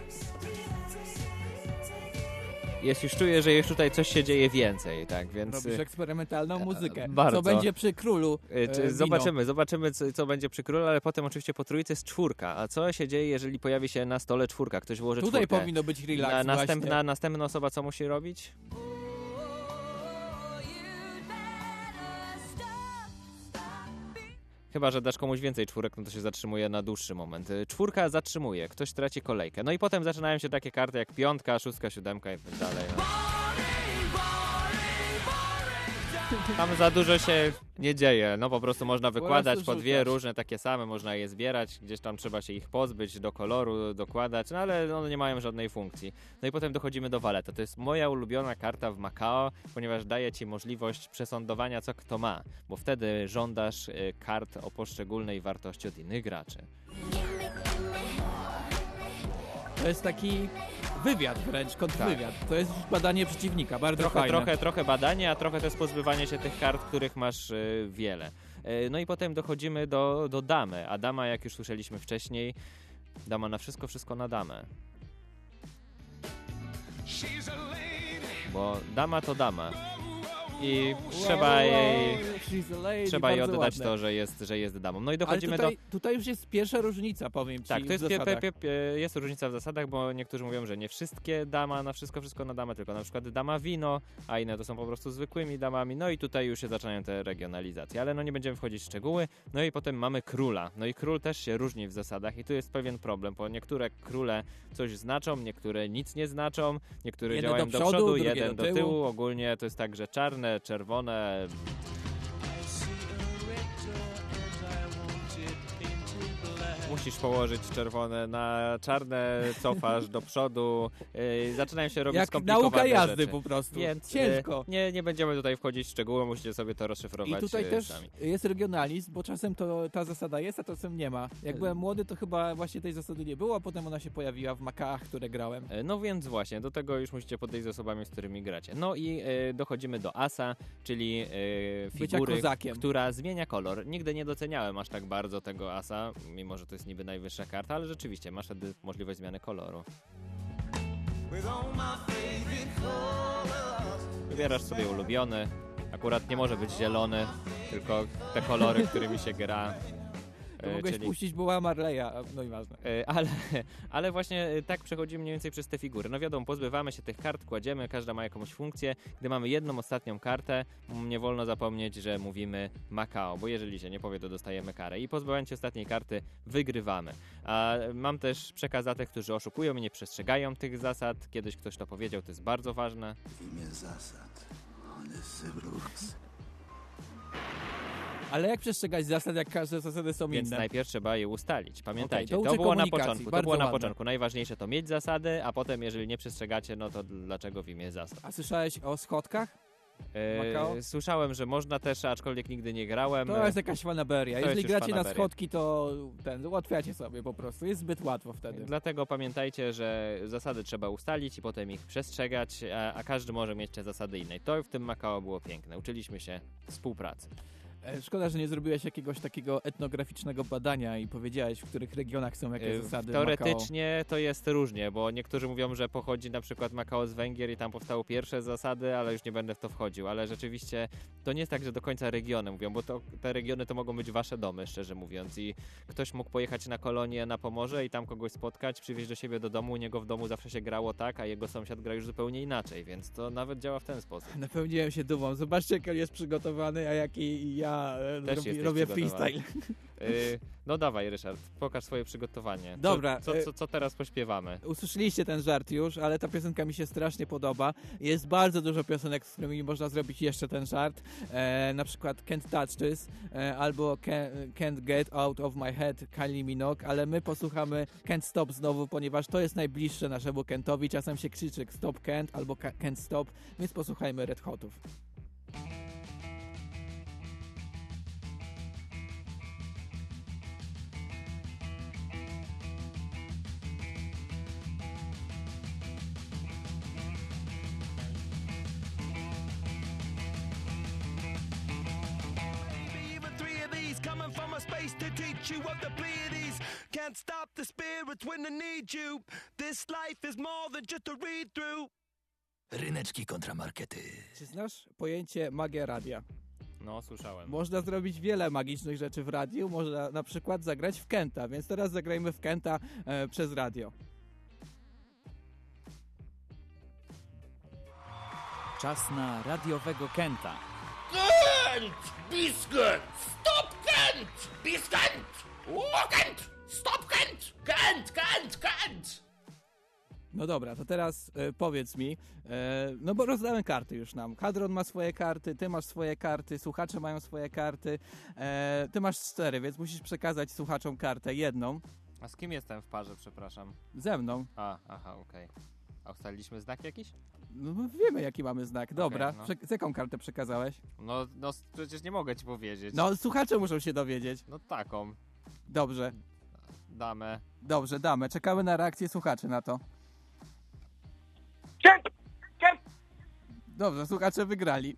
Jest, już czuję, że już tutaj coś się dzieje więcej, tak, więc... Robisz eksperymentalną muzykę. Bardzo. Co będzie przy królu? E, zobaczymy, zobaczymy, co, co będzie przy królu, ale potem oczywiście po trójce jest czwórka. A co się dzieje, jeżeli pojawi się na stole czwórka? Ktoś włoży Tutaj czwórkę. powinno być relax na, następna, następna osoba co musi robić? Chyba że dasz komuś więcej czwórek, no to się zatrzymuje na dłuższy moment. Czwórka zatrzymuje, ktoś traci kolejkę. No i potem zaczynają się takie karty jak piątka, szóstka, siódemka i tak dalej. No. Tam za dużo się nie dzieje, no po prostu można wykładać po dwie różne takie same, można je zbierać, gdzieś tam trzeba się ich pozbyć, do koloru dokładać, no ale one nie mają żadnej funkcji. No i potem dochodzimy do waleta. To jest moja ulubiona karta w Makao, ponieważ daje ci możliwość przesądowania, co kto ma, bo wtedy żądasz y, kart o poszczególnej wartości od innych graczy. To jest taki wywiad wręcz, kontrwywiad. Tak. To jest badanie przeciwnika, bardzo trochę, fajne. Trochę, trochę badanie, a trochę to jest pozbywanie się tych kart, których masz y, wiele. Y, no i potem dochodzimy do, do damy, a dama, jak już słyszeliśmy wcześniej, dama na wszystko, wszystko na damę. Bo dama to dama. I wow, trzeba jej, lady, trzeba jej oddać ładne. to, że jest, że jest damą. No i dochodzimy Ale tutaj, do... tutaj już jest pierwsza różnica, powiem ci. Tak, to jest, w pie, pie, pie, jest różnica w zasadach, bo niektórzy mówią, że nie wszystkie dama na wszystko, wszystko na damę, tylko na przykład dama wino, a inne to są po prostu zwykłymi damami. No i tutaj już się zaczynają te regionalizacje, ale no nie będziemy wchodzić w szczegóły. No i potem mamy króla. No i król też się różni w zasadach i tu jest pewien problem, bo niektóre króle coś znaczą, niektóre nic nie znaczą, niektóre jeden działają do do przodu, przodu, jeden do do tyłu. tyłu. Ogólnie to jest tak, że czarne, czerwone... musisz położyć czerwone na czarne, cofasz do przodu, yy, zaczynają się robić Jak skomplikowane nauka jazdy rzeczy. po prostu. Więc Ciężko. Yy, nie, nie będziemy tutaj wchodzić w szczegóły, musicie sobie to rozszyfrować I tutaj yy, też sami. jest regionalizm, bo czasem to ta zasada jest, a czasem nie ma. Jak Yy. byłem młody, to chyba właśnie tej zasady nie było, a potem ona się pojawiła w Makaach, które grałem. Yy, No więc właśnie, do tego już musicie podejść z osobami, z którymi gracie. No i yy, dochodzimy do asa, czyli yy, Bycia figury, kozakiem. która zmienia kolor. Nigdy nie doceniałem aż tak bardzo tego asa, mimo że to jest niby najwyższa karta, ale rzeczywiście masz wtedy możliwość zmiany koloru. Wybierasz sobie ulubiony. Akurat nie może być zielony, tylko te kolory, którymi się gra. To E, mogłeś czyli- puścić była Marleya, no i ważne. E, Ale, ale właśnie e, tak przechodzimy mniej więcej przez te figury. No wiadomo, pozbywamy się tych kart, kładziemy, każda ma jakąś funkcję. Gdy mamy jedną ostatnią kartę, m, nie wolno zapomnieć, że mówimy Macao, bo jeżeli się nie powie, to dostajemy karę. I pozbywając się ostatniej karty, wygrywamy. A mam też przekaz dla tych, którzy oszukują i nie przestrzegają tych zasad. Kiedyś ktoś to powiedział, to jest bardzo ważne. W imię zasad. One Brooks. Ale jak przestrzegać zasad, jak każde zasady są Więc inne? najpierw trzeba je ustalić. Pamiętajcie, Okej, to to, uczy było na komunikacji, początku. To bardzo było na ładne. początku. Najważniejsze to mieć zasady, a potem jeżeli nie przestrzegacie, no to dlaczego w imię zasad? A słyszałeś o schodkach? E, Macao? Słyszałem, że można też, aczkolwiek nigdy nie grałem. To jest jakaś fanaberia. To Jeżeli jest już gracie na fanaberia. schodki, to ten, ułatwiacie sobie po prostu. Jest zbyt łatwo wtedy. Dlatego pamiętajcie, że zasady trzeba ustalić i potem ich przestrzegać, a, a każdy może mieć te zasady inne. To w tym Macao było piękne. Uczyliśmy się współpracy. E, Szkoda, że nie zrobiłeś jakiegoś takiego etnograficznego badania i powiedziałeś, w których regionach są jakie E, zasady Teoretycznie to jest różnie, bo niektórzy mówią, że pochodzi na przykład Macao z Węgier i tam powstały pierwsze zasady, ale już nie będę w to wchodził. Ale rzeczywiście to nie jest tak, że do końca regiony mówią, bo to, te regiony to mogą być wasze domy, szczerze mówiąc. I ktoś mógł pojechać na kolonię na Pomorze i tam kogoś spotkać, przywieźć do siebie do domu, u niego w domu zawsze się grało tak, a jego sąsiad gra już zupełnie inaczej, więc to nawet działa w ten sposób. Napełniłem się dumą. Zobaczcie, jak on jest przygotowany, a jaki ja e, Też robi, jesteś robię przygotowany. freestyle. Y, no dawaj, Ryszard, pokaż swoje przygotowanie. Co- Dobra, Co, y- co, co teraz pośpiewamy? Usłyszeliście ten żart już, ale ta piosenka mi się strasznie podoba. Jest bardzo dużo piosenek, z którymi można zrobić jeszcze ten żart. E, na przykład Can't Touch This e, albo can, Can't Get Out of My Head Kylie Minogue, ale my posłuchamy Can't Stop znowu, ponieważ to jest najbliższe naszemu Kentowi. Czasem się krzyczy Stop Kent albo Ka- Can't Stop, więc posłuchajmy Red Hotów. Even three of these coming from a space to teach you of the Pleiades. Can't stop the spirits when they need you. This life is more than just a read through. Ryneczki kontramarkety. Czy znasz pojęcie magia radia? No, słyszałem. Można zrobić wiele magicznych rzeczy w radiu, można na przykład zagrać w Kenta, więc teraz zagrajmy w Kenta e, przez radio. Czas na radiowego Kenta. Kent! Biskent! Stop Kent! Biskent! O, Kent! Stop Kent! Kent! Kent! Kent! No dobra, to teraz e, powiedz mi, e, no bo rozdałem karty już nam. Hadron ma swoje karty, ty masz swoje karty, słuchacze mają swoje karty, e, ty masz cztery, więc musisz przekazać słuchaczom kartę, jedną, A z kim jestem w parze, przepraszam? ze mną. A, aha, okej. A ustaliliśmy znak jakiś? No bo wiemy jaki mamy znak, dobra. no. Prze- z jaką kartę przekazałeś? No, no s- przecież nie mogę ci powiedzieć. No słuchacze muszą się dowiedzieć. No taką. Dobrze, Damę. dobrze, damy. Czekamy na reakcję słuchaczy na to. Dobrze, słuchacze wygrali.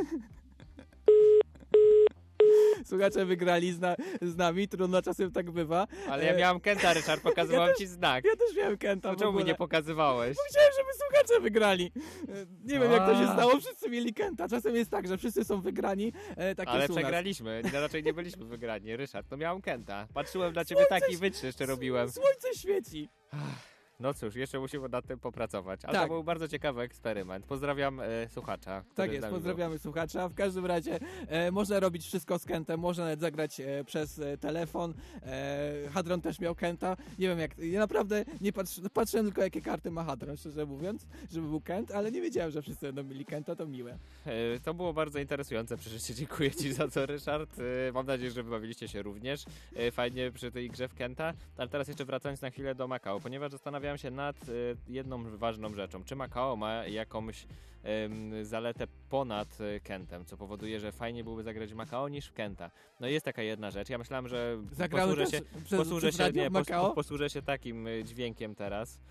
Słuchacze wygrali z, na, z nami, trudno czasem tak bywa. Ale ja E, miałem Kenta, Ryszard, pokazywałem ja ci też- znak. Ja też miałem Kenta To w czemu mi ogóle. nie pokazywałeś? Bo chciałem, żeby słuchacze wygrali. E, Nie wiem, jak to się A. stało, wszyscy mieli Kenta. Czasem jest tak, że wszyscy są wygrani. E, tak Ale jest u nas. przegraliśmy, no, raczej nie byliśmy wygrani, Ryszard, no miałem Kenta. Patrzyłem na ciebie Słońce taki ś- wytrzy jeszcze robiłem. Słońce świeci. No cóż, jeszcze musimy nad tym popracować. Ale Tak. to był bardzo ciekawy eksperyment. Pozdrawiam e, słuchacza. który Tak z jest, nami był. pozdrawiamy słuchacza. W każdym razie e, można robić wszystko z Kentem, można nawet zagrać e, przez e, telefon. E, Hadron też miał Kenta. Nie wiem jak, ja naprawdę nie patrz, patrzyłem tylko jakie karty ma Hadron, szczerze mówiąc, żeby był Kent, ale nie wiedziałem, że wszyscy będą mieli Kenta, to miłe. E, To było bardzo interesujące przeżycie. Dziękuję Ci za to, Ryszard. E, Mam nadzieję, że wybawiliście się również e, fajnie przy tej grze w Kenta. Ale teraz jeszcze wracając na chwilę do Macao, ponieważ zastanawiałem się nad e, jedną ważną rzeczą. Czy Macao ma jakąś em, zaletę ponad e, Kentem, co powoduje, że fajnie byłoby zagrać w Macao niż w Kenta. No jest taka jedna rzecz. Ja myślałem, że Zagramy posłużę też się, przez- posłużę, przez się, radio nie, w pos, Macao? posłużę się takim e, dźwiękiem teraz.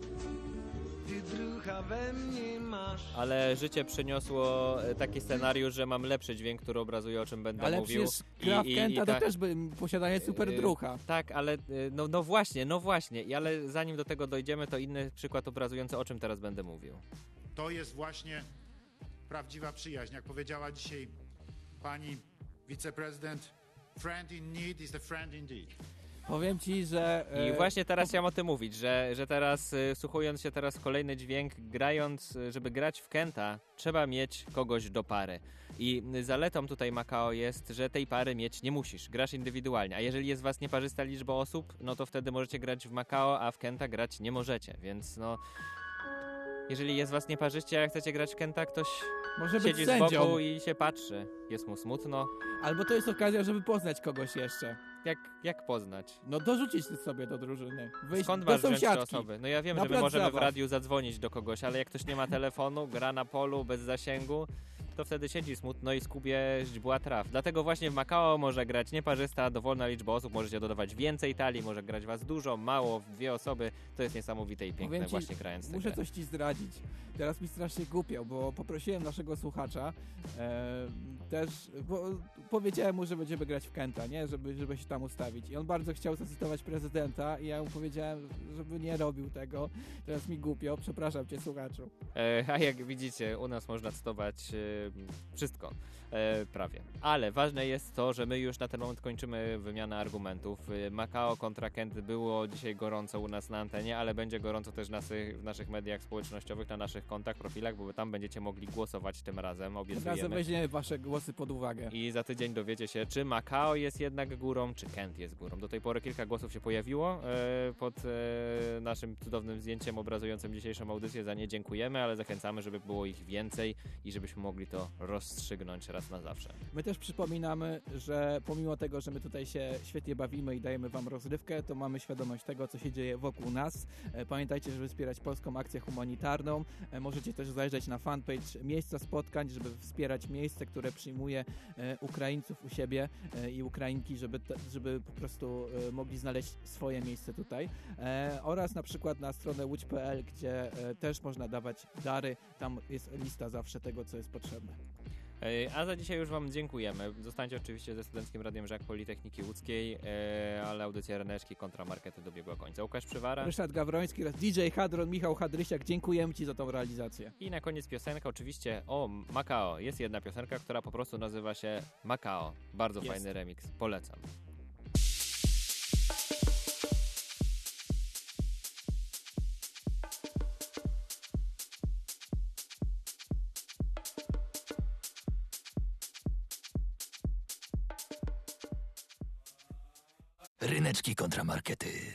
Ty drucha we mnie masz. Ale życie przyniosło e, taki scenariusz, że mam lepszy dźwięk, który obrazuje, o czym będę Ale mówił. przecież gra w Kenta to tak- też by posiadanie super Yy, drucha. Tak, ale yy, no, no właśnie, no właśnie. I ale zanim do tego dojdziemy, to inny przykład obrazujący, o czym teraz będę mówił. To jest właśnie prawdziwa przyjaźń. Jak powiedziała dzisiaj pani wiceprezydent, friend in need is a friend indeed. Powiem ci, że... I e, właśnie teraz chciałem o tym mówić, że, że teraz y, wsłuchując się teraz w kolejny dźwięk, grając, y, żeby grać w Kenta, trzeba mieć kogoś do pary. I y, zaletą tutaj Macao jest, że tej pary mieć nie musisz, grasz indywidualnie, a jeżeli jest was nieparzysta liczba osób, no to wtedy możecie grać w Macao, a w Kenta grać nie możecie, więc no... Jeżeli jest was nieparzyście, a chcecie grać w Kenta, ktoś Może być siedzi z sędzią. boku i się patrzy. Jest mu smutno. Albo to jest okazja, żeby poznać kogoś jeszcze. Jak, jak poznać? No dorzucić sobie do drużyny. Wyjść Skąd do masz wziąć te sąsiadki. osoby? No ja wiem, Na że my plac możemy w zabaw. radiu zadzwonić do kogoś, ale jak ktoś nie ma telefonu, gra na polu bez zasięgu, to wtedy siedzi smutno i skubie źdźbła traw. Dlatego właśnie w Macao może grać nieparzysta, dowolna liczba osób, możecie dodawać więcej talii, może grać was dużo, mało, dwie osoby. To jest niesamowite i piękne Powiem ci, właśnie grając w tę muszę grę. coś ci zdradzić. Teraz mi strasznie głupio, bo poprosiłem naszego słuchacza e, też, bo powiedziałem mu, że będziemy grać w Kenta, nie? Żeby, żeby się tam ustawić. I on bardzo chciał zacytować prezydenta i ja mu powiedziałem, żeby nie robił tego. Teraz mi głupio, przepraszam cię słuchaczu. E, a jak widzicie, u nas można cytować e, wszystko, e, prawie. Ale ważne jest to, że my już na ten moment kończymy wymianę argumentów. E, Macao kontra Kent było dzisiaj gorąco u nas na antenie, ale będzie gorąco też nasy, w naszych mediach społecznościowych, na naszych kontach, profilach, bo tam będziecie mogli głosować tym razem, Razem obiecujemy. weźmiemy wasze głosy pod uwagę. I za tydzień dowiecie się, czy Macao jest jednak górą, czy Kent jest górą. Do tej pory kilka głosów się pojawiło e, pod e, naszym cudownym zdjęciem obrazującym dzisiejszą audycję. Za nie dziękujemy, ale zachęcamy, żeby było ich więcej i żebyśmy mogli to rozstrzygnąć raz na zawsze. My też przypominamy, że pomimo tego, że my tutaj się świetnie bawimy i dajemy wam rozrywkę, to mamy świadomość tego, co się dzieje wokół nas. E, Pamiętajcie, żeby wspierać Polską Akcję Humanitarną. E, Możecie też zajrzeć na fanpage Miejsca Spotkań, żeby wspierać miejsce, które przyjmuje e, Ukraińców u siebie e, i Ukrainki, żeby, te, żeby po prostu e, mogli znaleźć swoje miejsce tutaj. E, oraz na przykład na stronę łódź kropka p l, gdzie e, też można dawać dary. Tam jest lista zawsze tego, co jest potrzebne. E, A za dzisiaj już wam dziękujemy. Zostańcie oczywiście ze Studenckim Radiem Żak Politechniki Łódzkiej, e, ale audycja Reneszki kontra Markety dobiegła końca. Łukasz Przywara. Ryszard Gawroński oraz D J Hadron, Michał Hadrysiak. Dziękujemy ci za tą realizację. I na koniec piosenka oczywiście o Macao. Jest jedna piosenka, która po prostu nazywa się Macao. Bardzo Jest. fajny remix. Polecam. Ryneczki kontra markety.